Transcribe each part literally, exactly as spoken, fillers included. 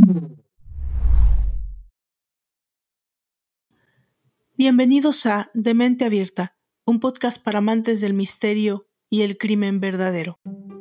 Bienvenidos a De Mente Abierta, un podcast para amantes del misterio y el crimen verdadero.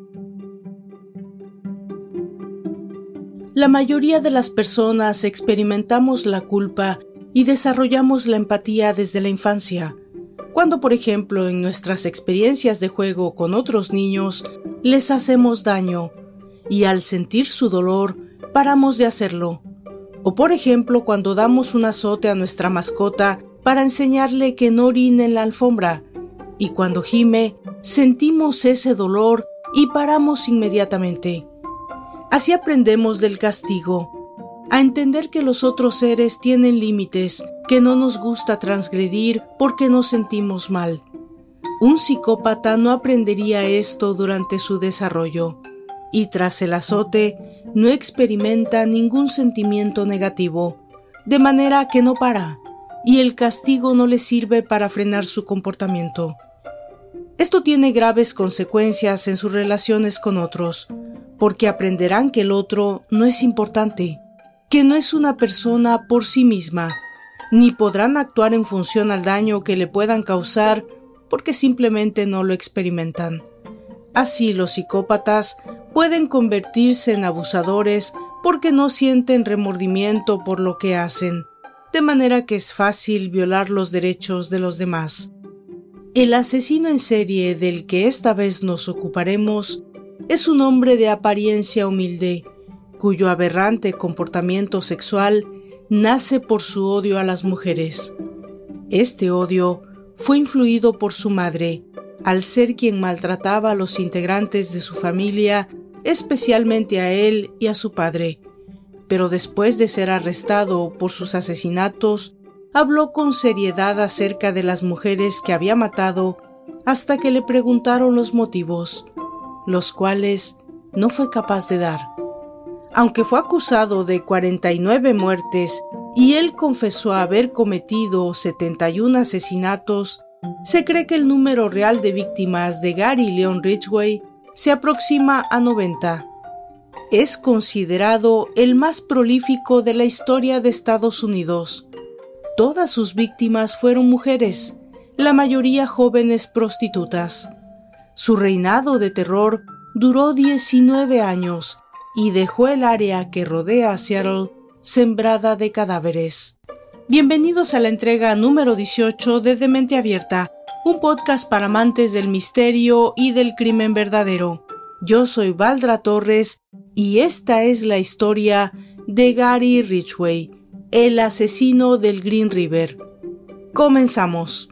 La mayoría de las personas experimentamos la culpa y desarrollamos la empatía desde la infancia, cuando, por ejemplo, en nuestras experiencias de juego con otros niños, les hacemos daño y al sentir su dolor, paramos de hacerlo. O, por ejemplo, cuando damos un azote a nuestra mascota para enseñarle que no orine en la alfombra, y cuando gime, sentimos ese dolor y paramos inmediatamente. Así aprendemos del castigo, a entender que los otros seres tienen límites que no nos gusta transgredir porque nos sentimos mal. Un psicópata no aprendería esto durante su desarrollo, y tras el azote no experimenta ningún sentimiento negativo, de manera que no para, y el castigo no le sirve para frenar su comportamiento. Esto tiene graves consecuencias en sus relaciones con otros, porque aprenderán que el otro no es importante, que no es una persona por sí misma, ni podrán actuar en función al daño que le puedan causar porque simplemente no lo experimentan. Así, los psicópatas pueden convertirse en abusadores porque no sienten remordimiento por lo que hacen, de manera que es fácil violar los derechos de los demás. El asesino en serie del que esta vez nos ocuparemos es un hombre de apariencia humilde, cuyo aberrante comportamiento sexual nace por su odio a las mujeres. Este odio fue influido por su madre, al ser quien maltrataba a los integrantes de su familia, especialmente a él y a su padre. Pero después de ser arrestado por sus asesinatos, habló con seriedad acerca de las mujeres que había matado hasta que le preguntaron los motivos, los cuales no fue capaz de dar. Aunque fue acusado de cuarenta y nueve muertes y él confesó haber cometido setenta y uno asesinatos, se cree que el número real de víctimas de Gary Leon Ridgway se aproxima a noventa. Es considerado el más prolífico de la historia de Estados Unidos. Todas sus víctimas fueron mujeres, la mayoría jóvenes prostitutas. Su reinado de terror duró diecinueve años y dejó el área que rodea a Seattle sembrada de cadáveres. Bienvenidos a la entrega número dieciocho de De Mente Abierta, un podcast para amantes del misterio y del crimen verdadero. Yo soy Valdra Torres y esta es la historia de Gary Ridgway, el asesino del Green River. Comenzamos.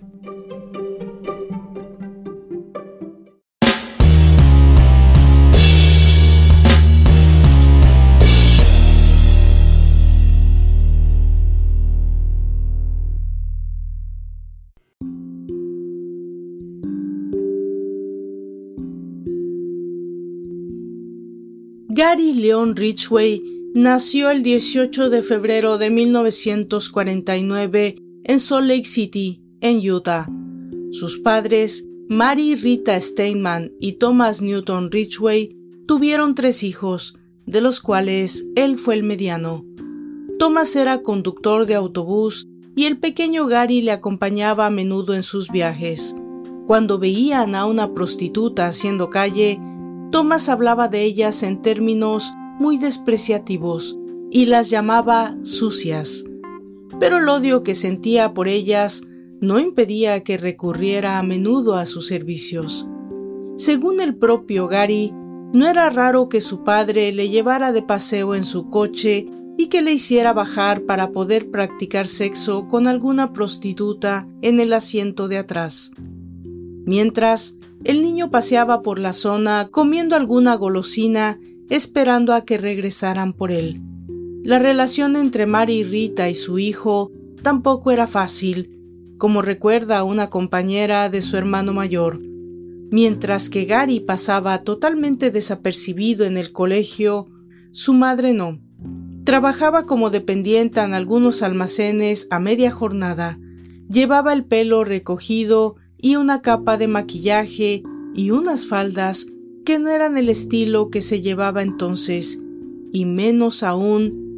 Gary Leon Ridgway nació el dieciocho de febrero de mil novecientos cuarenta y nueve en Salt Lake City, en Utah. Sus padres, Mary Rita Steinman y Thomas Newton Ridgway, tuvieron tres hijos, de los cuales él fue el mediano. Thomas era conductor de autobús y el pequeño Gary le acompañaba a menudo en sus viajes. Cuando veían a una prostituta haciendo calle, Thomas hablaba de ellas en términos muy despreciativos y las llamaba sucias. Pero el odio que sentía por ellas no impedía que recurriera a menudo a sus servicios. Según el propio Gary, no era raro que su padre le llevara de paseo en su coche y que le hiciera bajar para poder practicar sexo con alguna prostituta en el asiento de atrás. Mientras, el niño paseaba por la zona comiendo alguna golosina, esperando a que regresaran por él. La relación entre Mary Rita y su hijo tampoco era fácil, como recuerda una compañera de su hermano mayor. Mientras que Gary pasaba totalmente desapercibido en el colegio, su madre no. Trabajaba como dependiente en algunos almacenes a media jornada. Llevaba el pelo recogido y una capa de maquillaje y unas faldas que no eran el estilo que se llevaba entonces, y menos aún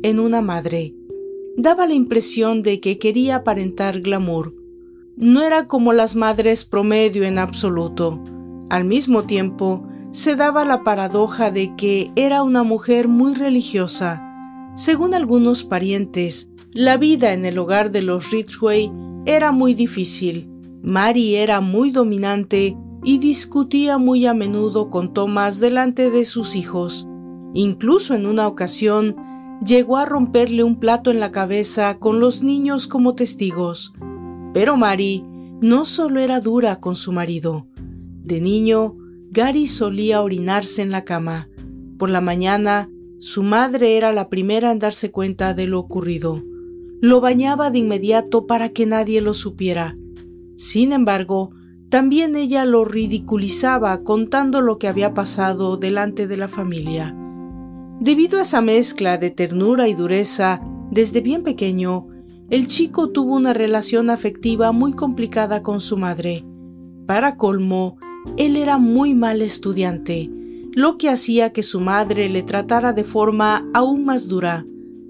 en una madre. Daba la impresión de que quería aparentar glamour. No era como las madres promedio en absoluto. Al mismo tiempo, se daba la paradoja de que era una mujer muy religiosa. Según algunos parientes, la vida en el hogar de los Ridgway era muy difícil. Mary era muy dominante y discutía muy a menudo con Thomas delante de sus hijos. Incluso en una ocasión, llegó a romperle un plato en la cabeza con los niños como testigos. Pero Mary no solo era dura con su marido. De niño, Gary solía orinarse en la cama. Por la mañana, su madre era la primera en darse cuenta de lo ocurrido. Lo bañaba de inmediato para que nadie lo supiera. Sin embargo, también ella lo ridiculizaba contando lo que había pasado delante de la familia. Debido a esa mezcla de ternura y dureza, desde bien pequeño, el chico tuvo una relación afectiva muy complicada con su madre. Para colmo, él era muy mal estudiante, lo que hacía que su madre le tratara de forma aún más dura.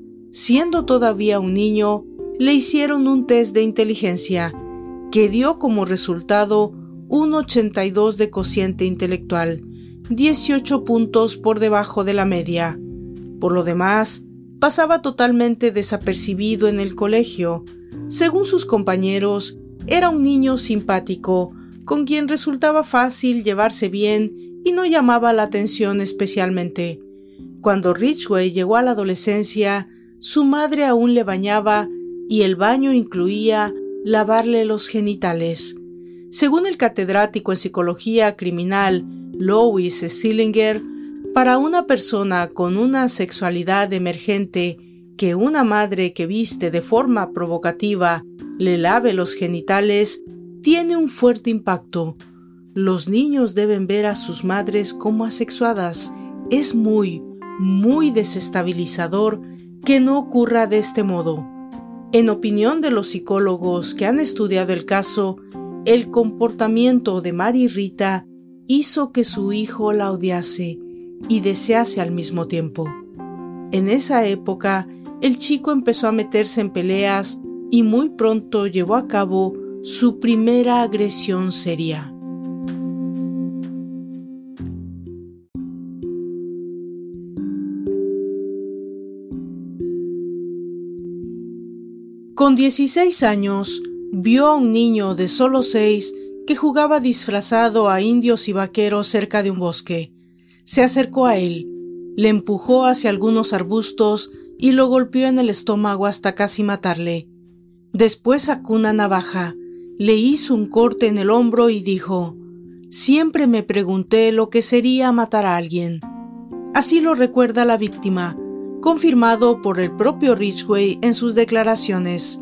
Siendo todavía un niño, le hicieron un test de inteligencia, que dio como resultado un ochenta y dos de cociente intelectual, dieciocho puntos por debajo de la media. Por lo demás, pasaba totalmente desapercibido en el colegio. Según sus compañeros, era un niño simpático, con quien resultaba fácil llevarse bien y no llamaba la atención especialmente. Cuando Ridgway llegó a la adolescencia, su madre aún le bañaba y el baño incluía lavarle los genitales. Según el catedrático en psicología criminal Lois Sillinger, para una persona con una sexualidad emergente, que una madre que viste de forma provocativa le lave los genitales tiene un fuerte impacto. Los niños deben ver a sus madres como asexuadas. Es muy, muy desestabilizador que no ocurra de este modo. En opinión de los psicólogos que han estudiado el caso, el comportamiento de Mary Rita hizo que su hijo la odiase y desease al mismo tiempo. En esa época, el chico empezó a meterse en peleas y muy pronto llevó a cabo su primera agresión seria. Con dieciséis años, vio a un niño de solo seis que jugaba disfrazado a indios y vaqueros cerca de un bosque. Se acercó a él, le empujó hacia algunos arbustos y lo golpeó en el estómago hasta casi matarle. Después sacó una navaja, le hizo un corte en el hombro y dijo: «Siempre me pregunté lo que sería matar a alguien». Así lo recuerda la víctima, confirmado por el propio Ridgway en sus declaraciones.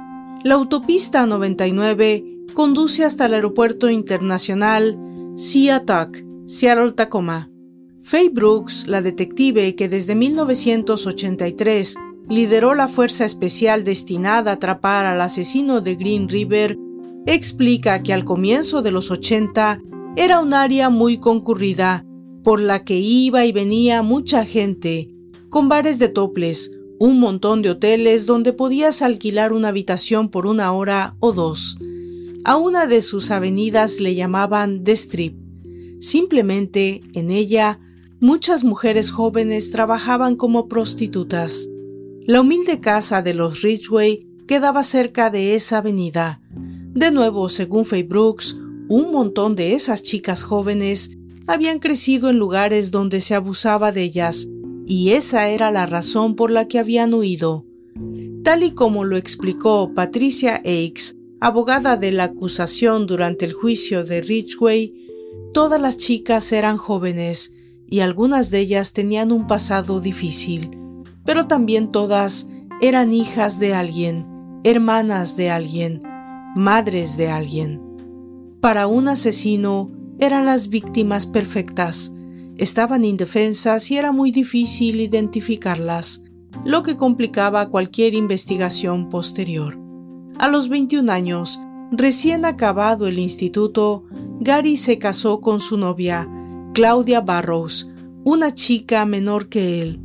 La autopista noventa y nueve conduce hasta el aeropuerto internacional Seattle, Seattle-Tacoma. Faye Brooks, la detective que desde mil novecientos ochenta y tres lideró la fuerza especial destinada a atrapar al asesino de Green River, explica que al comienzo de los ochenta era un área muy concurrida, por la que iba y venía mucha gente, con bares de toples, un montón de hoteles donde podías alquilar una habitación por una hora o dos. A una de sus avenidas le llamaban The Strip. Simplemente, en ella, muchas mujeres jóvenes trabajaban como prostitutas. La humilde casa de los Ridgway quedaba cerca de esa avenida. De nuevo, según Faye Brooks, un montón de esas chicas jóvenes habían crecido en lugares donde se abusaba de ellas, y esa era la razón por la que habían huido. Tal y como lo explicó Patricia Aikes, abogada de la acusación durante el juicio de Ridgway, todas las chicas eran jóvenes y algunas de ellas tenían un pasado difícil, pero también todas eran hijas de alguien, hermanas de alguien, madres de alguien. Para un asesino, eran las víctimas perfectas. Estaban indefensas y era muy difícil identificarlas, lo que complicaba cualquier investigación posterior. A los veintiún años, recién acabado el instituto, Gary se casó con su novia, Claudia Barrows, una chica menor que él.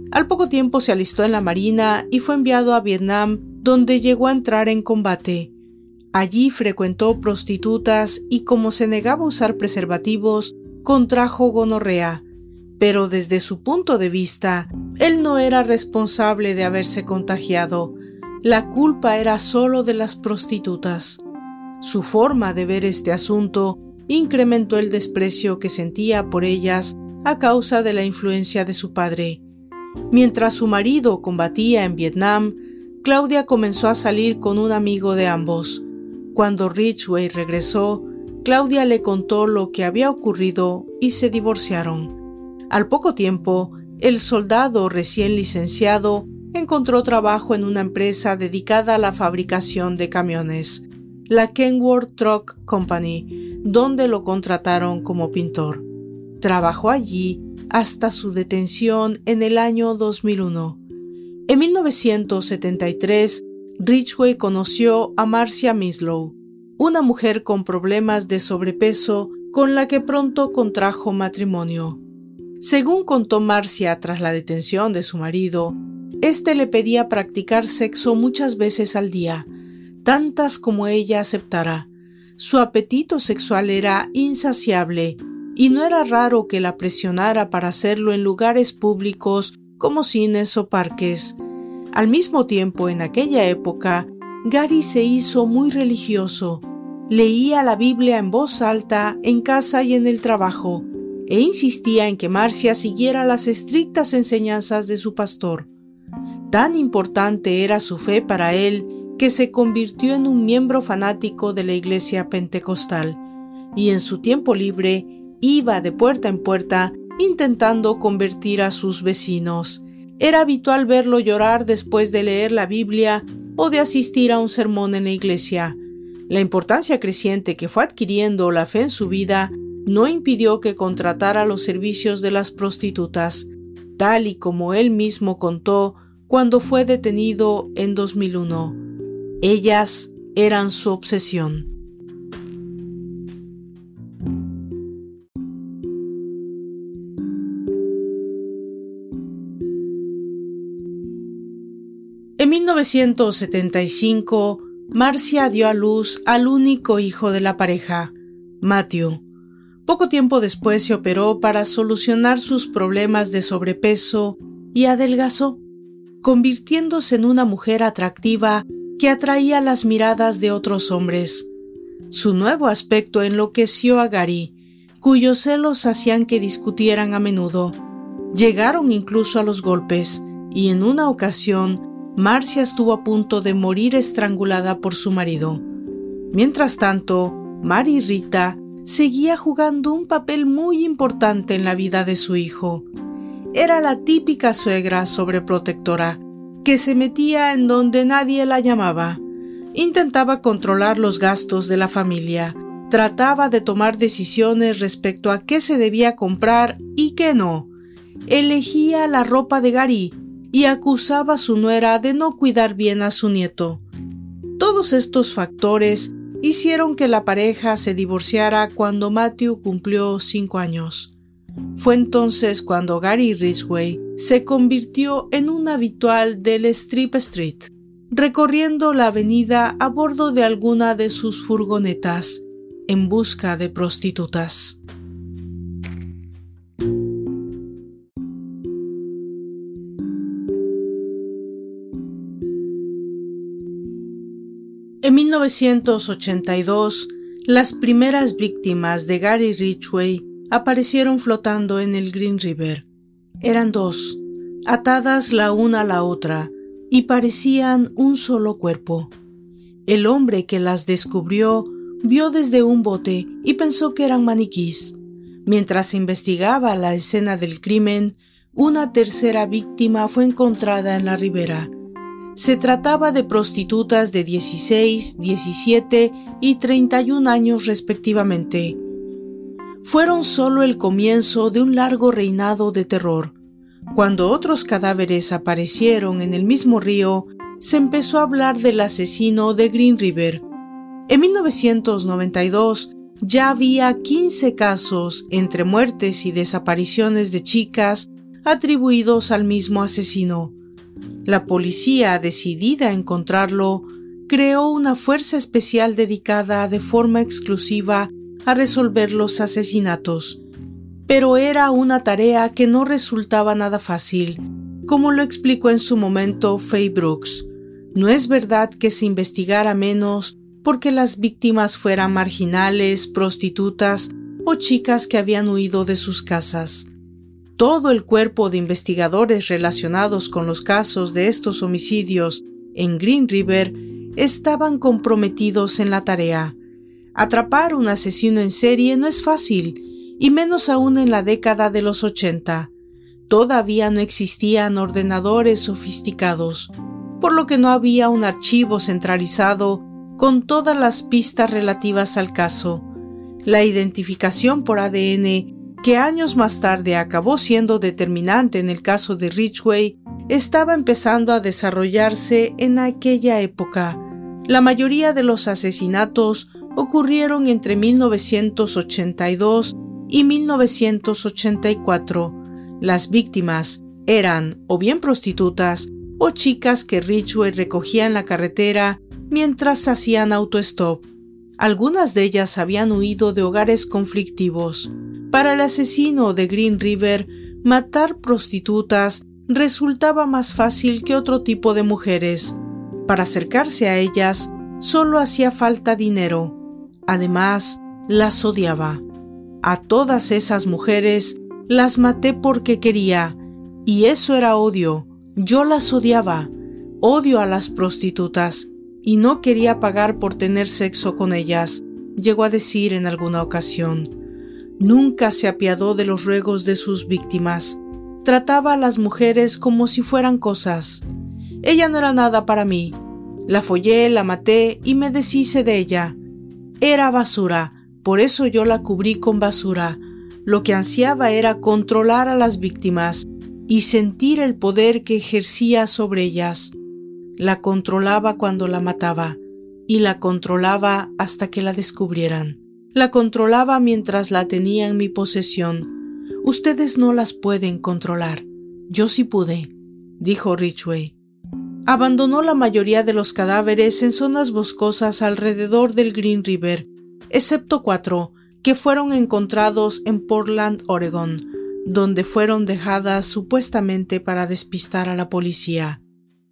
Al poco tiempo se alistó en la marina y fue enviado a Vietnam, donde llegó a entrar en combate. Allí frecuentó prostitutas y, como se negaba a usar preservativos, contrajo gonorrea. Pero desde su punto de vista, él no era responsable de haberse contagiado. La culpa era solo de las prostitutas. Su forma de ver este asunto incrementó el desprecio que sentía por ellas a causa de la influencia de su padre. Mientras su marido combatía en Vietnam, Claudia comenzó a salir con un amigo de ambos. Cuando Ridgway regresó, Claudia le contó lo que había ocurrido y se divorciaron. Al poco tiempo, el soldado recién licenciado encontró trabajo en una empresa dedicada a la fabricación de camiones, la Kenworth Truck Company, donde lo contrataron como pintor. Trabajó allí hasta su detención en el año dos mil uno. En mil novecientos setenta y tres, Ridgway conoció a Marcia Mislow, una mujer con problemas de sobrepeso con la que pronto contrajo matrimonio. Según contó Marcia tras la detención de su marido, este le pedía practicar sexo muchas veces al día, tantas como ella aceptara. Su apetito sexual era insaciable y no era raro que la presionara para hacerlo en lugares públicos como cines o parques. Al mismo tiempo, en aquella época, Gary se hizo muy religioso. Leía la Biblia en voz alta en casa y en el trabajo, e insistía en que Marcia siguiera las estrictas enseñanzas de su pastor. Tan importante era su fe para él que se convirtió en un miembro fanático de la iglesia pentecostal, y en su tiempo libre iba de puerta en puerta intentando convertir a sus vecinos. Era habitual verlo llorar después de leer la Biblia o de asistir a un sermón en la iglesia. La importancia creciente que fue adquiriendo la fe en su vida no impidió que contratara los servicios de las prostitutas, tal y como él mismo contó cuando fue detenido en dos mil uno. Ellas eran su obsesión. En mil novecientos setenta y cinco, Marcia dio a luz al único hijo de la pareja, Matthew. Poco tiempo después se operó para solucionar sus problemas de sobrepeso y adelgazó, convirtiéndose en una mujer atractiva que atraía las miradas de otros hombres. Su nuevo aspecto enloqueció a Gary, cuyos celos hacían que discutieran a menudo. Llegaron incluso a los golpes, y en una ocasión, Marcia estuvo a punto de morir estrangulada por su marido. Mientras tanto, Mary Rita seguía jugando un papel muy importante en la vida de su hijo. Era la típica suegra sobreprotectora, que se metía en donde nadie la llamaba. Intentaba controlar los gastos de la familia, trataba de tomar decisiones respecto a qué se debía comprar y qué no. Elegía la ropa de Gary y acusaba a su nuera de no cuidar bien a su nieto. Todos estos factores hicieron que la pareja se divorciara cuando Matthew cumplió cinco años. Fue entonces cuando Gary Ridgway se convirtió en un habitual del Strip Street, recorriendo la avenida a bordo de alguna de sus furgonetas, en busca de prostitutas. En mil novecientos ochenta y dos, las primeras víctimas de Gary Ridgway aparecieron flotando en el Green River. Eran dos, atadas la una a la otra, y parecían un solo cuerpo. El hombre que las descubrió vio desde un bote y pensó que eran maniquís. Mientras se investigaba la escena del crimen, una tercera víctima fue encontrada en la ribera. Se trataba de prostitutas de dieciséis, diecisiete y treinta y un años respectivamente. Fueron solo el comienzo de un largo reinado de terror. Cuando otros cadáveres aparecieron en el mismo río, se empezó a hablar del asesino de Green River. En mil novecientos noventa y dos ya había quince casos entre muertes y desapariciones de chicas atribuidos al mismo asesino. La policía, decidida a encontrarlo, creó una fuerza especial dedicada de forma exclusiva a resolver los asesinatos. Pero era una tarea que no resultaba nada fácil, como lo explicó en su momento Faye Brooks. No es verdad que se investigara menos porque las víctimas fueran marginales, prostitutas o chicas que habían huido de sus casas. Todo el cuerpo de investigadores relacionados con los casos de estos homicidios en Green River estaban comprometidos en la tarea. Atrapar un asesino en serie no es fácil, y menos aún en la década de los ochenta. Todavía no existían ordenadores sofisticados, por lo que no había un archivo centralizado con todas las pistas relativas al caso. La identificación por A D N, que años más tarde acabó siendo determinante en el caso de Ridgway, estaba empezando a desarrollarse en aquella época. La mayoría de los asesinatos ocurrieron entre mil novecientos ochenta y dos y mil novecientos ochenta y cuatro. Las víctimas eran o bien prostitutas o chicas que Ridgway recogía en la carretera mientras hacían autostop. Algunas de ellas habían huido de hogares conflictivos. Para el asesino de Green River, matar prostitutas resultaba más fácil que otro tipo de mujeres. Para acercarse a ellas, solo hacía falta dinero. Además, las odiaba. A todas esas mujeres las maté porque quería, y eso era odio. Yo las odiaba. Odio a las prostitutas, y no quería pagar por tener sexo con ellas, llegó a decir en alguna ocasión. Nunca se apiadó de los ruegos de sus víctimas. Trataba a las mujeres como si fueran cosas. Ella no era nada para mí. La follé, la maté y me deshice de ella. Era basura. Por eso yo la cubrí con basura. Lo que ansiaba era controlar a las víctimas y sentir el poder que ejercía sobre ellas. La controlaba cuando la mataba y la controlaba hasta que la descubrieran. La controlaba mientras la tenía en mi posesión. Ustedes no las pueden controlar. Yo sí pude, dijo Ridgway. Abandonó la mayoría de los cadáveres en zonas boscosas alrededor del Green River, excepto cuatro, que fueron encontrados en Portland, Oregón, donde fueron dejadas supuestamente para despistar a la policía.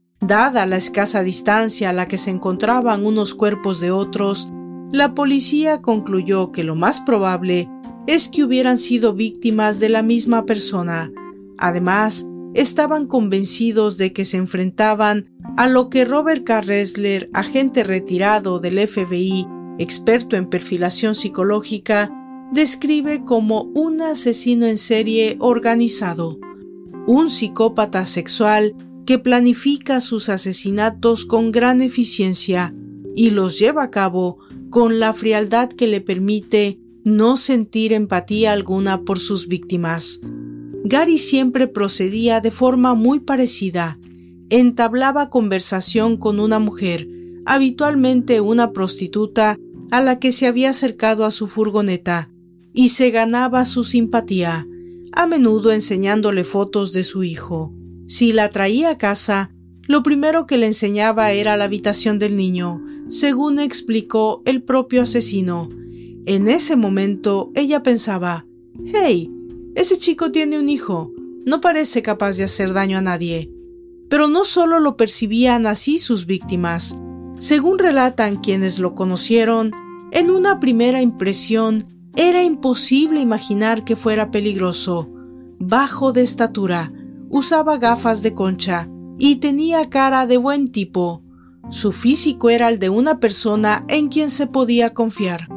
Dada la escasa distancia a la que se encontraban unos cuerpos de otros, la policía concluyó que lo más probable es que hubieran sido víctimas de la misma persona. Además, estaban convencidos de que se enfrentaban a lo que Robert K. Ressler, agente retirado del F B I, experto en perfilación psicológica, describe como un asesino en serie organizado, un psicópata sexual que planifica sus asesinatos con gran eficiencia y los lleva a cabo con la frialdad que le permite no sentir empatía alguna por sus víctimas. Gary siempre procedía de forma muy parecida. Entablaba conversación con una mujer, habitualmente una prostituta, a la que se había acercado a su furgoneta, y se ganaba su simpatía, a menudo enseñándole fotos de su hijo. Si la traía a casa, lo primero que le enseñaba era la habitación del niño, según explicó el propio asesino. En ese momento, ella pensaba, «Hey, ese chico tiene un hijo, no parece capaz de hacer daño a nadie». Pero no solo lo percibían así sus víctimas. Según relatan quienes lo conocieron, en una primera impresión era imposible imaginar que fuera peligroso. Bajo de estatura, usaba gafas de concha y tenía cara de buen tipo. Su físico era el de una persona en quien se podía confiar.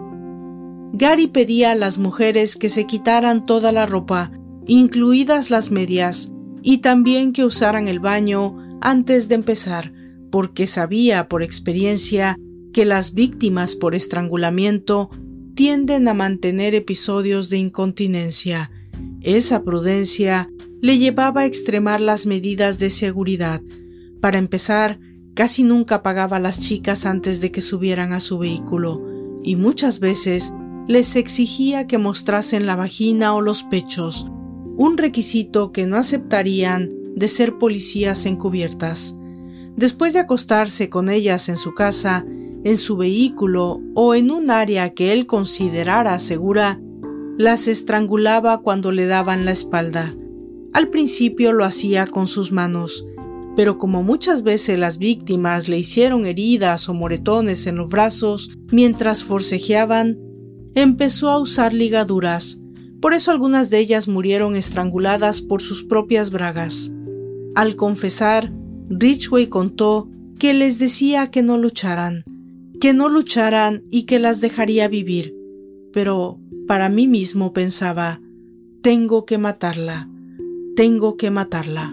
Gary pedía a las mujeres que se quitaran toda la ropa, incluidas las medias, y también que usaran el baño antes de empezar, porque sabía por experiencia que las víctimas por estrangulamiento tienden a mantener episodios de incontinencia. Esa prudencia le llevaba a extremar las medidas de seguridad. Para empezar, casi nunca apagaba a las chicas antes de que subieran a su vehículo, y muchas veces les exigía que mostrasen la vagina o los pechos. un requisito que no aceptarían de ser policías encubiertas. Después de acostarse con ellas en su casa, en su vehículo o en un área que él considerara segura, las estrangulaba cuando le daban la espalda. Al principio lo hacía con sus manos, pero como muchas veces las víctimas le hicieron heridas o moretones en los brazos mientras forcejeaban, empezó a usar ligaduras. Por eso algunas de ellas murieron estranguladas por sus propias bragas. Al confesar, Ridgway contó que les decía que no lucharan, que no lucharan y que las dejaría vivir. Pero para mí mismo pensaba, tengo que matarla, tengo que matarla.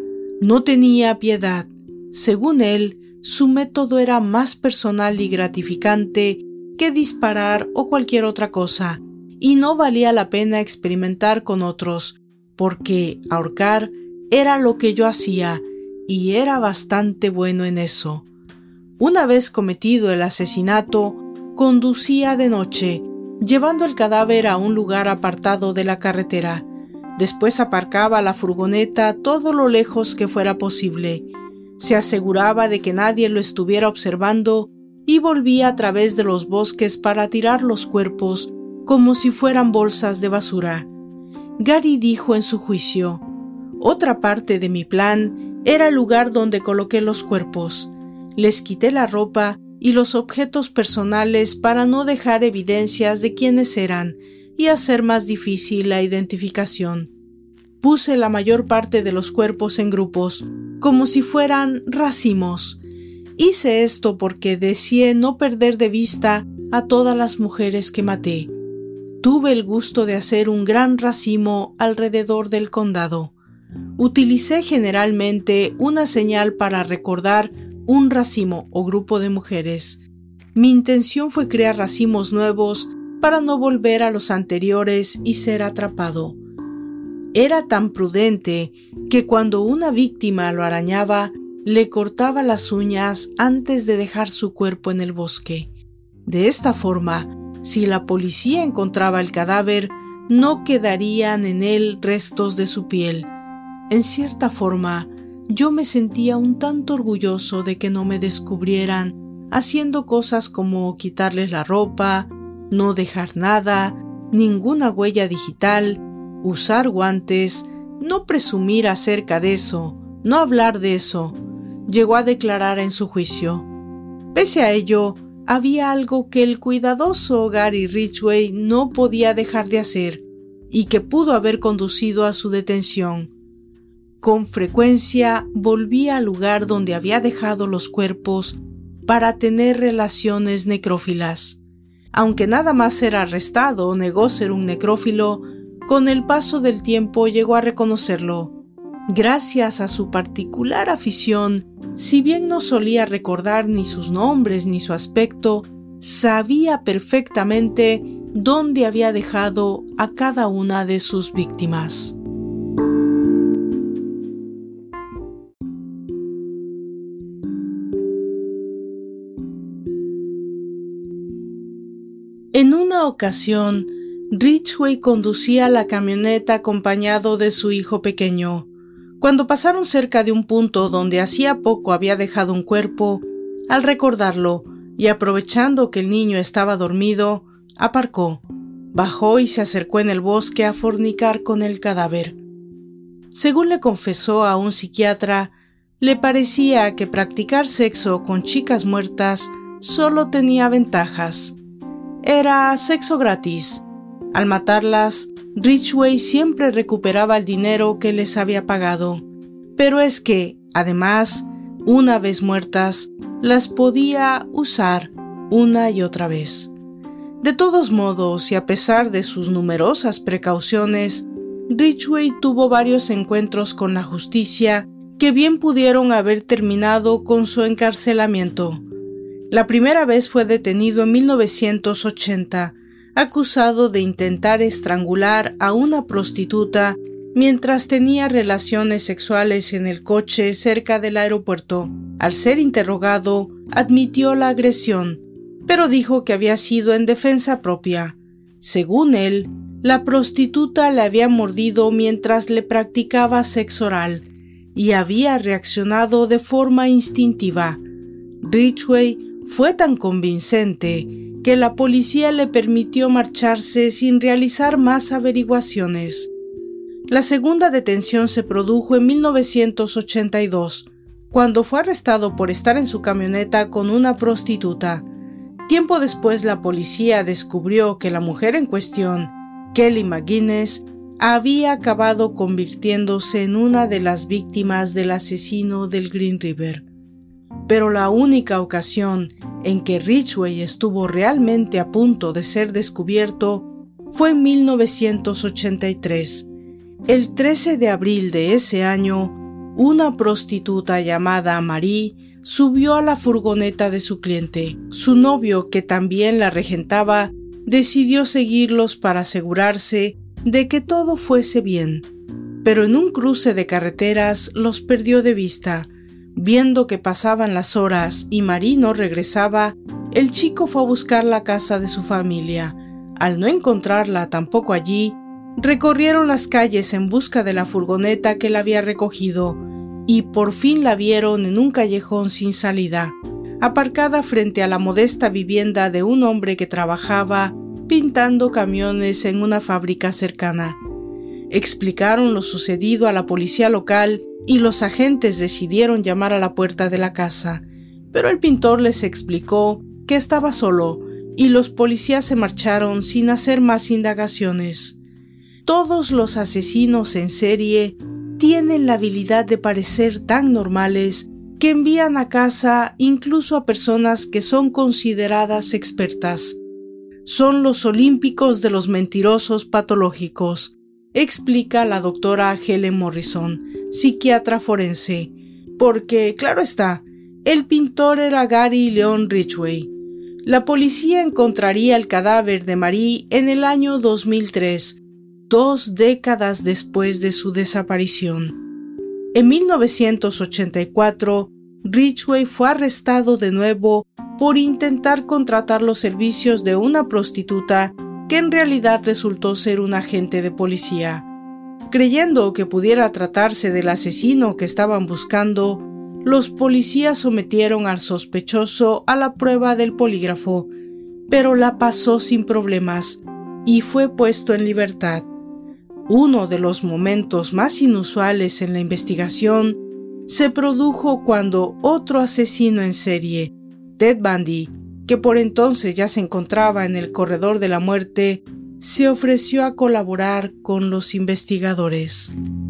No tenía piedad. Según él, su método era más personal y gratificante que disparar o cualquier otra cosa, y no valía la pena experimentar con otros, porque ahorcar era lo que yo hacía, y era bastante bueno en eso. Una vez cometido el asesinato, conducía de noche, llevando el cadáver a un lugar apartado de la carretera. Después aparcaba la furgoneta todo lo lejos que fuera posible. Se aseguraba de que nadie lo estuviera observando y volvía a través de los bosques para tirar los cuerpos como si fueran bolsas de basura. Gary dijo en su juicio, otra parte de mi plan era el lugar donde coloqué los cuerpos. Les quité la ropa y los objetos personales para no dejar evidencias de quiénes eran y hacer más difícil la identificación. Puse la mayor parte de los cuerpos en grupos, como si fueran racimos. Hice esto porque deseé no perder de vista a todas las mujeres que maté. Tuve el gusto de hacer un gran racimo alrededor del condado. Utilicé generalmente una señal para recordar un racimo o grupo de mujeres. Mi intención fue crear racimos nuevos para no volver a los anteriores y ser atrapado. Era tan prudente que cuando una víctima lo arañaba, le cortaba las uñas antes de dejar su cuerpo en el bosque. De esta forma, si la policía encontraba el cadáver, no quedarían en él restos de su piel. En cierta forma, yo me sentía un tanto orgulloso de que no me descubrieran haciendo cosas como quitarles la ropa, no dejar nada, ninguna huella digital, usar guantes, no presumir acerca de eso, no hablar de eso, llegó a declarar en su juicio. Pese a ello, había algo que el cuidadoso Gary Ridgway no podía dejar de hacer y que pudo haber conducido a su detención. Con frecuencia volvía al lugar donde había dejado los cuerpos para tener relaciones necrófilas. Aunque nada más ser arrestado o negó ser un necrófilo, con el paso del tiempo llegó a reconocerlo. Gracias a su particular afición, si bien no solía recordar ni sus nombres ni su aspecto, sabía perfectamente dónde había dejado a cada una de sus víctimas. En una ocasión, Ridgway conducía la camioneta acompañado de su hijo pequeño. Cuando pasaron cerca de un punto donde hacía poco había dejado un cuerpo, al recordarlo y aprovechando que el niño estaba dormido, aparcó, bajó y se acercó en el bosque a fornicar con el cadáver. Según le confesó a un psiquiatra, le parecía que practicar sexo con chicas muertas solo tenía ventajas. Era sexo gratis. Al matarlas, Ridgway siempre recuperaba el dinero que les había pagado. Pero es que, además, una vez muertas, las podía usar una y otra vez. De todos modos, y a pesar de sus numerosas precauciones, Ridgway tuvo varios encuentros con la justicia que bien pudieron haber terminado con su encarcelamiento. La primera vez fue detenido en mil novecientos ochenta, acusado de intentar estrangular a una prostituta mientras tenía relaciones sexuales en el coche cerca del aeropuerto. Al ser interrogado, admitió la agresión, pero dijo que había sido en defensa propia. Según él, La prostituta le había mordido mientras le practicaba sexo oral y había reaccionado de forma instintiva. Ridgway fue tan convincente que la policía le permitió marcharse sin realizar más averiguaciones. La segunda detención se produjo en mil novecientos ochenta y dos, cuando fue arrestado por estar en su camioneta con una prostituta. Tiempo después, la policía descubrió que la mujer en cuestión, Kelly McGuinness, había acabado convirtiéndose en una de las víctimas del asesino del Green River. Pero la única ocasión en que Ridgway estuvo realmente a punto de ser descubierto fue en mil novecientos ochenta y tres. El trece de abril de ese año, una prostituta llamada Marie subió a la furgoneta de su cliente. Su novio, que también la regentaba, decidió seguirlos para asegurarse de que todo fuese bien. Pero en un cruce de carreteras los perdió de vista. Viendo que pasaban las horas y Marie no regresaba, el chico fue a buscar la casa de su familia. Al no encontrarla tampoco allí, recorrieron las calles en busca de la furgoneta que la había recogido y por fin la vieron en un callejón sin salida, aparcada frente a la modesta vivienda de un hombre que trabajaba pintando camiones en una fábrica cercana. Explicaron lo sucedido a la policía local y los agentes decidieron llamar a la puerta de la casa, pero el pintor les explicó que estaba solo y los policías se marcharon sin hacer más indagaciones. Todos los asesinos en serie tienen la habilidad de parecer tan normales que envían a casa incluso a personas que son consideradas expertas. Son los olímpicos de los mentirosos patológicos, explica la doctora Helen Morrison, psiquiatra forense, porque, claro está, el pintor era Gary Leon Ridgway. La policía encontraría el cadáver de Marie en el año dos mil tres, dos décadas después de su desaparición. En mil novecientos ochenta y cuatro, Ridgway fue arrestado de nuevo por intentar contratar los servicios de una prostituta que en realidad resultó ser un agente de policía. Creyendo que pudiera tratarse del asesino que estaban buscando, los policías sometieron al sospechoso a la prueba del polígrafo, pero la pasó sin problemas y fue puesto en libertad. Uno de los momentos más inusuales en la investigación se produjo cuando otro asesino en serie, Ted Bundy, que por entonces ya se encontraba en el corredor de la muerte, se ofreció a colaborar con los investigadores.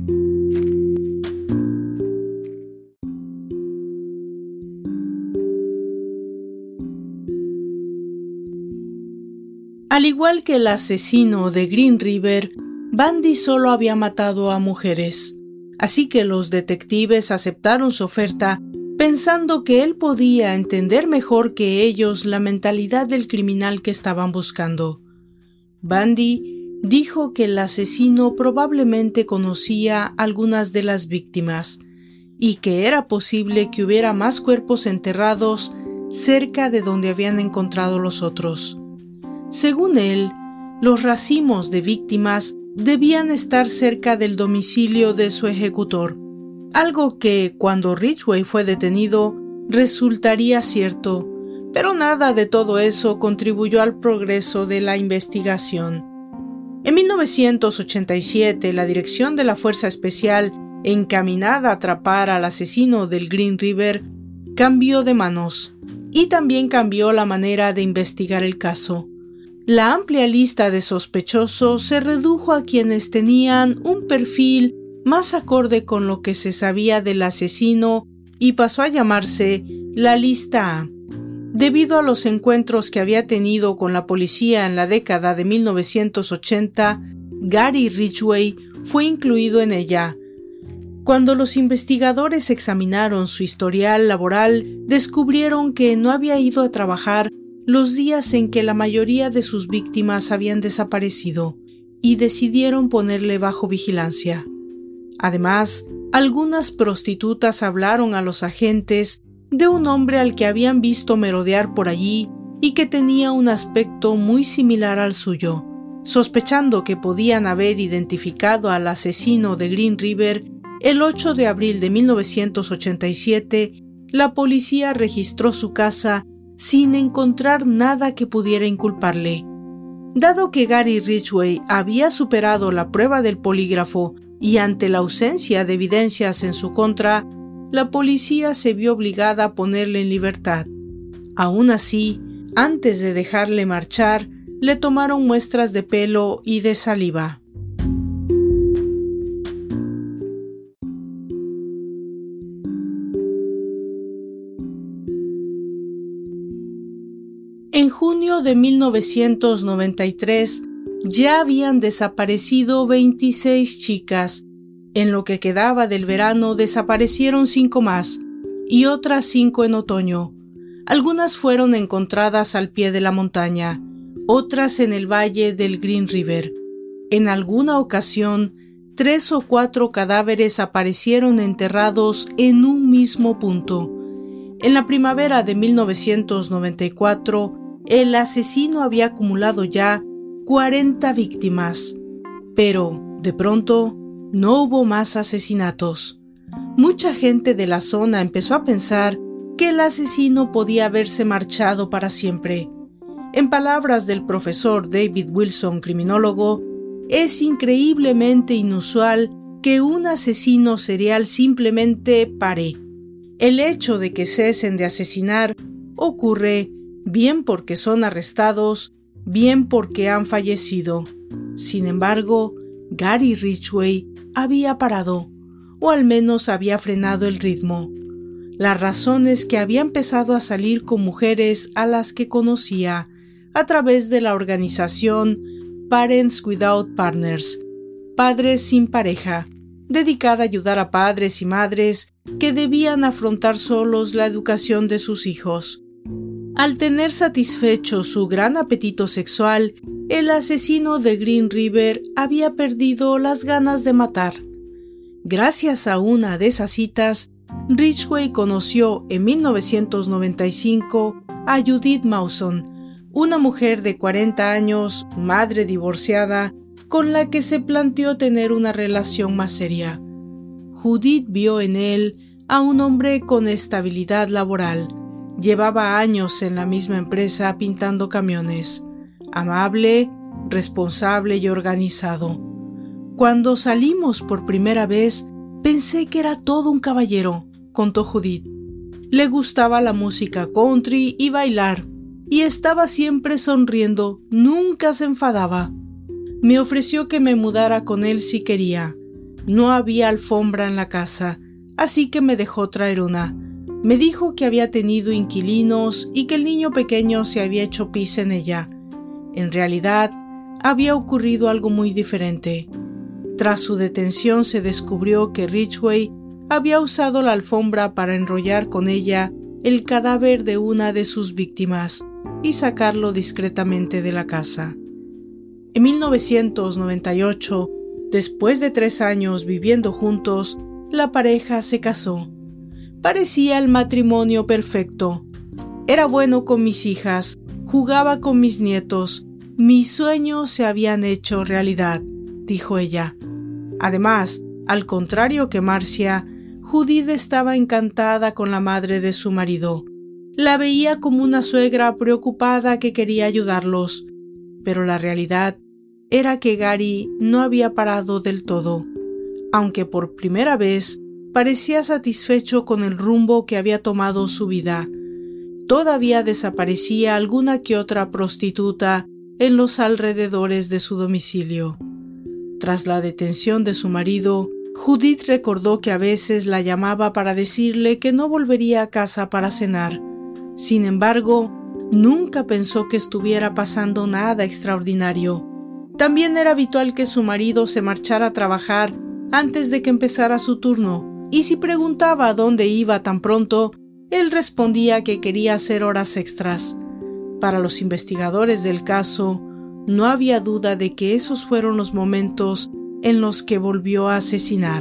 Al igual que el asesino de Green River, Bundy solo había matado a mujeres, así que los detectives aceptaron su oferta pensando que él podía entender mejor que ellos la mentalidad del criminal que estaban buscando. Bundy dijo que el asesino probablemente conocía algunas de las víctimas y que era posible que hubiera más cuerpos enterrados cerca de donde habían encontrado los otros. Según él, los racimos de víctimas debían estar cerca del domicilio de su ejecutor, algo que, cuando Ridgway fue detenido, resultaría cierto, pero nada de todo eso contribuyó al progreso de la investigación. En mil novecientos ochenta y siete, la dirección de la Fuerza Especial, encaminada a atrapar al asesino del Green River, cambió de manos, y también cambió la manera de investigar el caso. La amplia lista de sospechosos se redujo a quienes tenían un perfil más acorde con lo que se sabía del asesino y pasó a llamarse la lista A, debido a los encuentros que había tenido con la policía en la década de mil novecientos ochenta. Gary Ridgway fue incluido en ella. Cuando los investigadores examinaron su historial laboral, descubrieron que no había ido a trabajar los días en que la mayoría de sus víctimas habían desaparecido y decidieron ponerle bajo vigilancia. Además, algunas prostitutas hablaron a los agentes de un hombre al que habían visto merodear por allí y que tenía un aspecto muy similar al suyo. Sospechando que podían haber identificado al asesino de Green River, el ocho de abril de mil novecientos ochenta y siete, la policía registró su casa sin encontrar nada que pudiera inculparle. Dado que Gary Ridgway había superado la prueba del polígrafo y ante la ausencia de evidencias en su contra, la policía se vio obligada a ponerle en libertad. Aún así, antes de dejarle marchar, le tomaron muestras de pelo y de saliva. En junio de mil novecientos noventa y tres ya habían desaparecido veintiséis chicas. En lo que quedaba del verano desaparecieron cinco más y otras cinco en otoño. Algunas fueron encontradas al pie de la montaña, otras en el valle del Green River. En alguna ocasión, tres o cuatro cadáveres aparecieron enterrados en un mismo punto. En la primavera de mil novecientos noventa y cuatro, el asesino había acumulado ya cuarenta víctimas, pero, de pronto, no hubo más asesinatos. Mucha gente de la zona empezó a pensar que el asesino podía haberse marchado para siempre. En palabras del profesor David Wilson, criminólogo, es increíblemente inusual que un asesino serial simplemente pare. El hecho de que cesen de asesinar ocurre bien porque son arrestados, bien porque han fallecido. Sin embargo, Gary Ridgway había parado, o al menos había frenado el ritmo. La razón es que había empezado a salir con mujeres a las que conocía a través de la organización Parents Without Partners, Padres sin Pareja, dedicada a ayudar a padres y madres que debían afrontar solos la educación de sus hijos. Al tener satisfecho su gran apetito sexual, el asesino de Green River había perdido las ganas de matar. Gracias a una de esas citas, Ridgway conoció en mil novecientos noventa y cinco a Judith Mawson, una mujer de cuarenta años, madre divorciada, con la que se planteó tener una relación más seria. Judith vio en él a un hombre con estabilidad laboral. Llevaba años en la misma empresa pintando camiones. Amable, responsable y organizado. Cuando salimos por primera vez, pensé que era todo un caballero, contó Judith. Le gustaba la música country y bailar, y estaba siempre sonriendo, nunca se enfadaba. Me ofreció que me mudara con él si quería. No había alfombra en la casa, así que me dejó traer una. Me dijo que había tenido inquilinos y que el niño pequeño se había hecho pis en ella. En realidad, había ocurrido algo muy diferente. Tras su detención se descubrió que Ridgway había usado la alfombra para enrollar con ella el cadáver de una de sus víctimas y sacarlo discretamente de la casa. En mil novecientos noventa y ocho, después de tres años viviendo juntos, la pareja se casó. Parecía el matrimonio perfecto. Era bueno con mis hijas, jugaba con mis nietos, mis sueños se habían hecho realidad, dijo ella. Además, al contrario que Marcia, Judith estaba encantada con la madre de su marido. La veía como una suegra preocupada que quería ayudarlos, pero la realidad era que Gary no había parado del todo, aunque por primera vez parecía satisfecho con el rumbo que había tomado su vida. Todavía desaparecía alguna que otra prostituta en los alrededores de su domicilio. Tras la detención de su marido, Judith recordó que a veces la llamaba para decirle que no volvería a casa para cenar. Sin embargo, nunca pensó que estuviera pasando nada extraordinario. También era habitual que su marido se marchara a trabajar antes de que empezara su turno, y si preguntaba a dónde iba tan pronto, él respondía que quería hacer horas extras. Para los investigadores del caso, no había duda de que esos fueron los momentos en los que volvió a asesinar.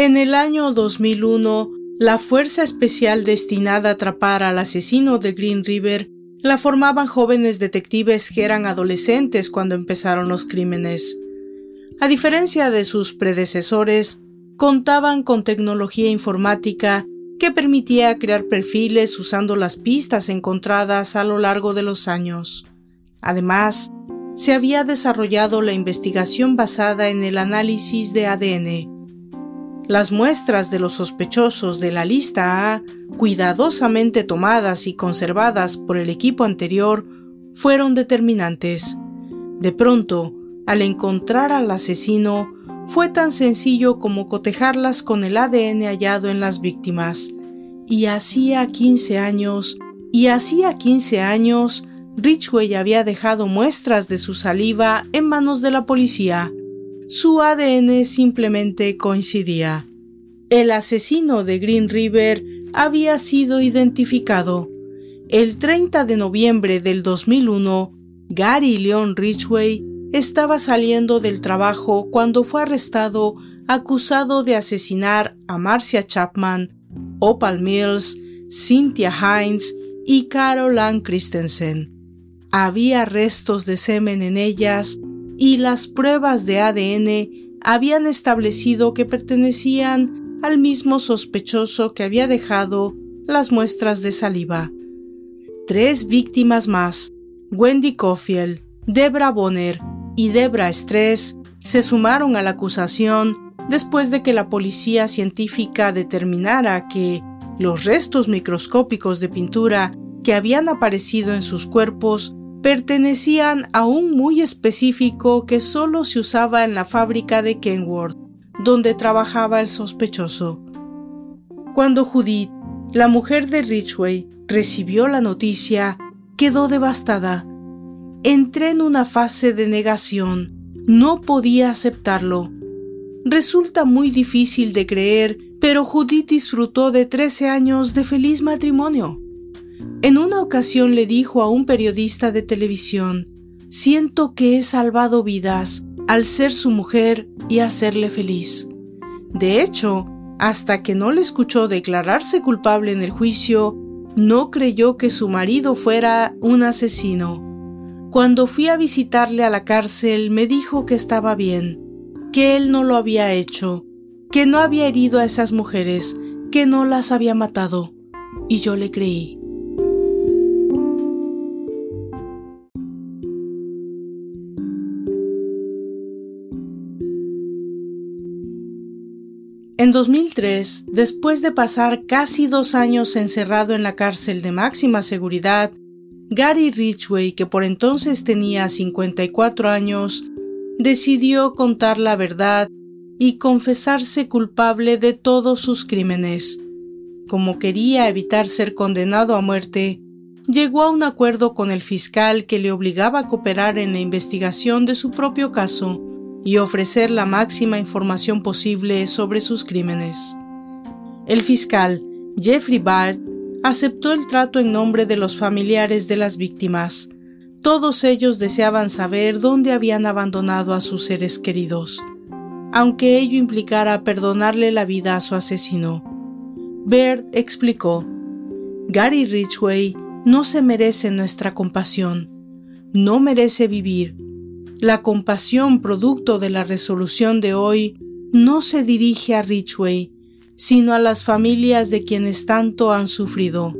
En el año dos mil uno, la fuerza especial destinada a atrapar al asesino de Green River la formaban jóvenes detectives que eran adolescentes cuando empezaron los crímenes. A diferencia de sus predecesores, contaban con tecnología informática que permitía crear perfiles usando las pistas encontradas a lo largo de los años. Además, se había desarrollado la investigación basada en el análisis de A D N. Las muestras de los sospechosos de la lista A, cuidadosamente tomadas y conservadas por el equipo anterior, fueron determinantes. De pronto, al encontrar al asesino, fue tan sencillo como cotejarlas con el A D N hallado en las víctimas. Y hacía quince años, y hacía quince años, Ridgway había dejado muestras de su saliva en manos de la policía. Su A D N simplemente coincidía. El asesino de Green River había sido identificado. El treinta de noviembre del dos mil uno, Gary Leon Ridgway estaba saliendo del trabajo cuando fue arrestado acusado de asesinar a Marcia Chapman, Opal Mills, Cynthia Hines y Carol Ann Christensen. Había restos de semen en ellas y las pruebas de A D N habían establecido que pertenecían al mismo sospechoso que había dejado las muestras de saliva. Tres víctimas más, Wendy Cofield, Debra Bonner y Debra Stress, se sumaron a la acusación después de que la policía científica determinara que los restos microscópicos de pintura que habían aparecido en sus cuerpos pertenecían a un muy específico que solo se usaba en la fábrica de Kenworth, donde trabajaba el sospechoso. Cuando Judith, la mujer de Ridgway, recibió la noticia, quedó devastada. Entré en una fase de negación. No podía aceptarlo. Resulta muy difícil de creer, pero Judith disfrutó de trece años de feliz matrimonio. En una ocasión le dijo a un periodista de televisión: «Siento que he salvado vidas al ser su mujer y hacerle feliz». De hecho, hasta que no le escuchó declararse culpable en el juicio, no creyó que su marido fuera un asesino. Cuando fui a visitarle a la cárcel, me dijo que estaba bien, que él no lo había hecho, que no había herido a esas mujeres, que no las había matado. Y yo le creí. En dos mil tres, después de pasar casi dos años encerrado en la cárcel de máxima seguridad, Gary Ridgway, que por entonces tenía cincuenta y cuatro años, decidió contar la verdad y confesarse culpable de todos sus crímenes. Como quería evitar ser condenado a muerte, llegó a un acuerdo con el fiscal que le obligaba a cooperar en la investigación de su propio caso y ofrecer la máxima información posible sobre sus crímenes. El fiscal, Jeffrey Bard, aceptó el trato en nombre de los familiares de las víctimas. Todos ellos deseaban saber dónde habían abandonado a sus seres queridos, aunque ello implicara perdonarle la vida a su asesino. Bard explicó: «Gary Ridgway no se merece nuestra compasión, no merece vivir. La compasión producto de la resolución de hoy no se dirige a Ridgway, sino a las familias de quienes tanto han sufrido».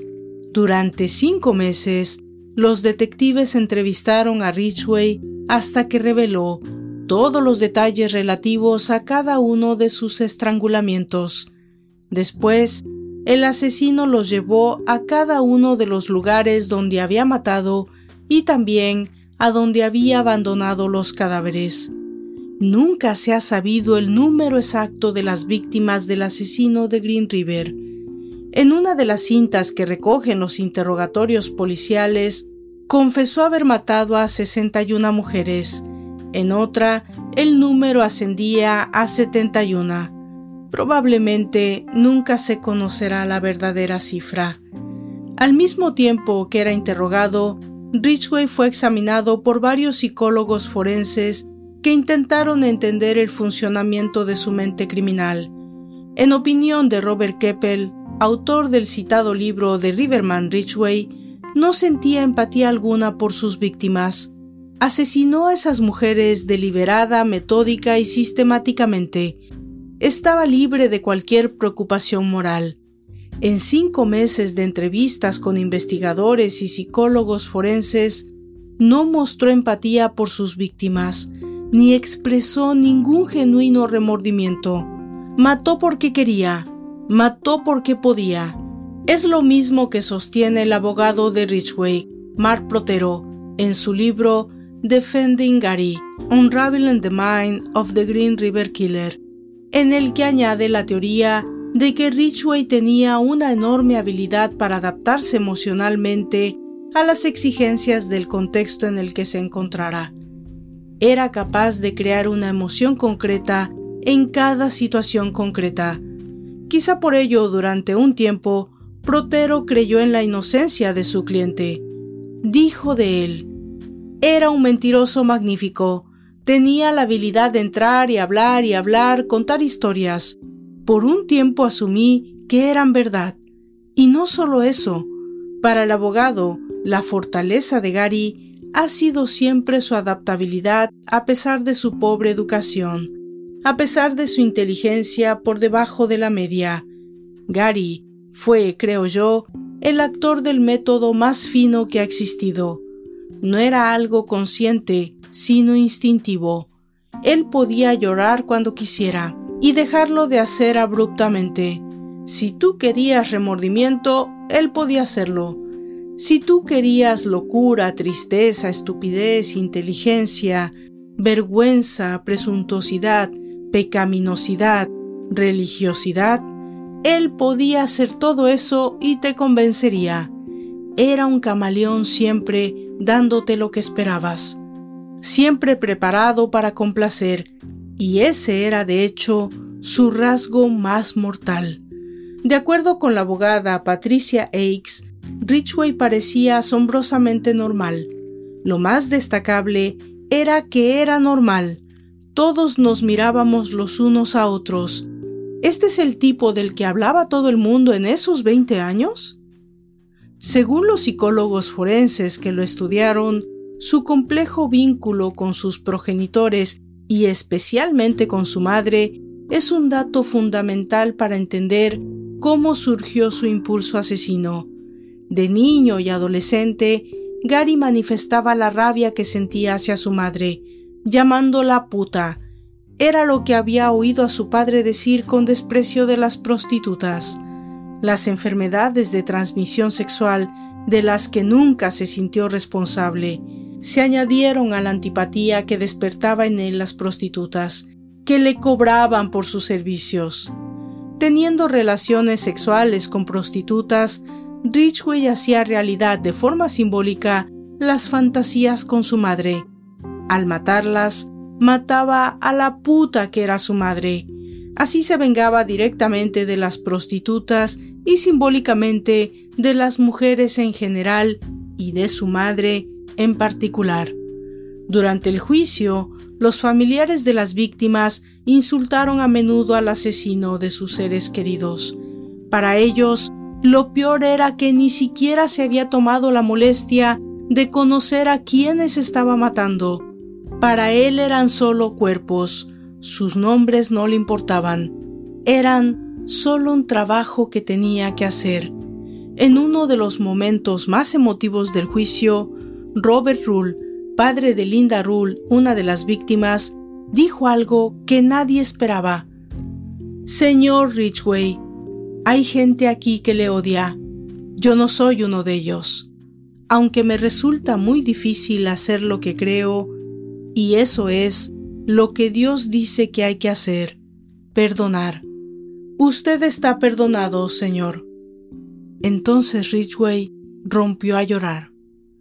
Durante cinco meses, los detectives entrevistaron a Ridgway hasta que reveló todos los detalles relativos a cada uno de sus estrangulamientos. Después, el asesino los llevó a cada uno de los lugares donde había matado y también a donde había abandonado los cadáveres. Nunca se ha sabido el número exacto de las víctimas del asesino de Green River. En una de las cintas que recogen los interrogatorios policiales, confesó haber matado a sesenta y una mujeres. En otra, el número ascendía a setenta y uno. Probablemente nunca se conocerá la verdadera cifra. Al mismo tiempo que era interrogado, Ridgway fue examinado por varios psicólogos forenses que intentaron entender el funcionamiento de su mente criminal. En opinión de Robert Keppel, autor del citado libro de Riverman Ridgway, no sentía empatía alguna por sus víctimas. Asesinó a esas mujeres deliberada, metódica y sistemáticamente. Estaba libre de cualquier preocupación moral. En cinco meses de entrevistas con investigadores y psicólogos forenses, no mostró empatía por sus víctimas, ni expresó ningún genuino remordimiento. Mató porque quería, mató porque podía. Es lo mismo que sostiene el abogado de Ridgway, Mark Protero, en su libro Defending Gary, Unraveling the Mind of the Green River Killer, en el que añade la teoría de que Ridgway tenía una enorme habilidad para adaptarse emocionalmente a las exigencias del contexto en el que se encontrara. Era capaz de crear una emoción concreta en cada situación concreta. Quizá por ello, durante un tiempo, Protero creyó en la inocencia de su cliente. Dijo de él: era un mentiroso magnífico. Tenía la habilidad de entrar y hablar y hablar, contar historias. Por un tiempo asumí que eran verdad. Y no solo eso. Para el abogado, la fortaleza de Gary ha sido siempre su adaptabilidad a pesar de su pobre educación, a pesar de su inteligencia por debajo de la media. Gary fue, creo yo, el actor del método más fino que ha existido. No era algo consciente, sino instintivo. Él podía llorar cuando quisiera y dejarlo de hacer abruptamente. Si tú querías remordimiento, él podía hacerlo. Si tú querías locura, tristeza, estupidez, inteligencia, vergüenza, presuntuosidad, pecaminosidad, religiosidad, él podía hacer todo eso y te convencería. Era un camaleón siempre dándote lo que esperabas, siempre preparado para complacer, y ese era de hecho su rasgo más mortal. De acuerdo con la abogada Patricia Aikes, Ridgway parecía asombrosamente normal. Lo más destacable era que era normal. Todos nos mirábamos los unos a otros. ¿Este es el tipo del que hablaba todo el mundo en esos veinte años? Según los psicólogos forenses que lo estudiaron, su complejo vínculo con sus progenitores y especialmente con su madre es un dato fundamental para entender cómo surgió su impulso asesino. De niño y adolescente, Gary manifestaba la rabia que sentía hacia su madre, llamándola puta. Era lo que había oído a su padre decir con desprecio de las prostitutas. Las enfermedades de transmisión sexual de las que nunca se sintió responsable se añadieron a la antipatía que despertaba en él las prostitutas, que le cobraban por sus servicios. Teniendo relaciones sexuales con prostitutas, Ridgway hacía realidad de forma simbólica las fantasías con su madre. Al matarlas, mataba a la puta que era su madre. Así se vengaba directamente de las prostitutas y simbólicamente de las mujeres en general y de su madre en particular. Durante el juicio, los familiares de las víctimas insultaron a menudo al asesino de sus seres queridos. Para ellos, lo peor era que ni siquiera se había tomado la molestia de conocer a quienes estaba matando. Para él eran solo cuerpos, sus nombres no le importaban. Eran solo un trabajo que tenía que hacer. En uno de los momentos más emotivos del juicio, Robert Rule, padre de Linda Rule, una de las víctimas, dijo algo que nadie esperaba. «Señor Ridgway, hay gente aquí que le odia. Yo no soy uno de ellos. Aunque me resulta muy difícil hacer lo que creo, y eso es lo que Dios dice que hay que hacer, perdonar. Usted está perdonado, señor». Entonces Ridgway rompió a llorar.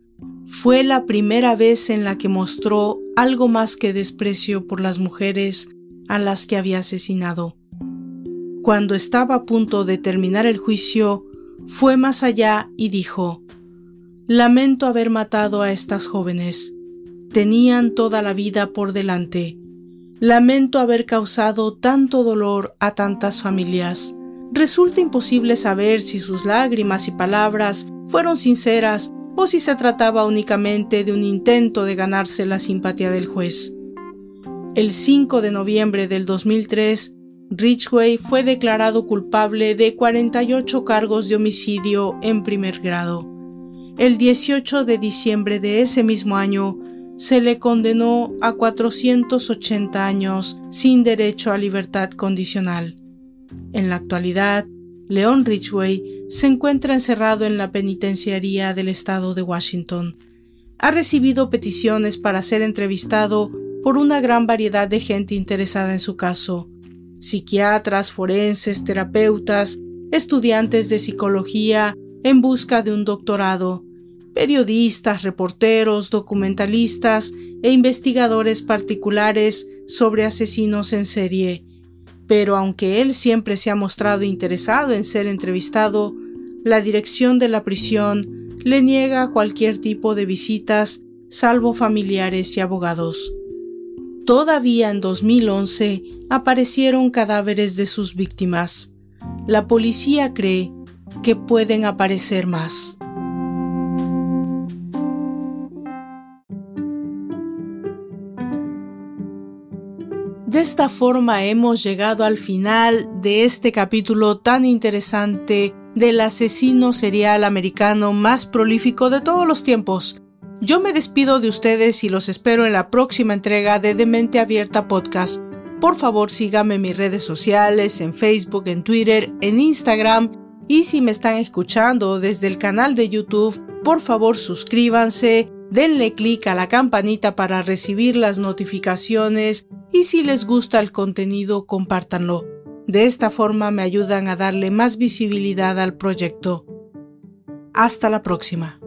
Fue la primera vez en la que mostró algo más que desprecio por las mujeres a las que había asesinado. Cuando estaba a punto de terminar el juicio, fue más allá y dijo: «Lamento haber matado a estas jóvenes. Tenían toda la vida por delante. Lamento haber causado tanto dolor a tantas familias. Resulta imposible saber si sus lágrimas y palabras fueron sinceras o si se trataba únicamente de un intento de ganarse la simpatía del juez. El cinco de noviembre del dos mil tres, Ridgway fue declarado culpable de cuarenta y ocho cargos de homicidio en primer grado. El dieciocho de diciembre de ese mismo año, se le condenó a cuatrocientos ochenta años sin derecho a libertad condicional. En la actualidad, Leon Ridgway se encuentra encerrado en la penitenciaría del estado de Washington. Ha recibido peticiones para ser entrevistado por una gran variedad de gente interesada en su caso: psiquiatras, forenses, terapeutas, estudiantes de psicología en busca de un doctorado, periodistas, reporteros, documentalistas e investigadores particulares sobre asesinos en serie. Pero aunque él siempre se ha mostrado interesado en ser entrevistado, la dirección de la prisión le niega cualquier tipo de visitas, salvo familiares y abogados. Todavía en dos mil once aparecieron cadáveres de sus víctimas. La policía cree que pueden aparecer más. De esta forma hemos llegado al final de este capítulo tan interesante del asesino serial americano más prolífico de todos los tiempos. Yo me despido de ustedes y los espero en la próxima entrega de De Mente Abierta Podcast. Por favor, síganme en mis redes sociales, en Facebook, en Twitter, en Instagram, y si me están escuchando desde el canal de YouTube, por favor suscríbanse, denle clic a la campanita para recibir las notificaciones y si les gusta el contenido, compártanlo. De esta forma me ayudan a darle más visibilidad al proyecto. Hasta la próxima.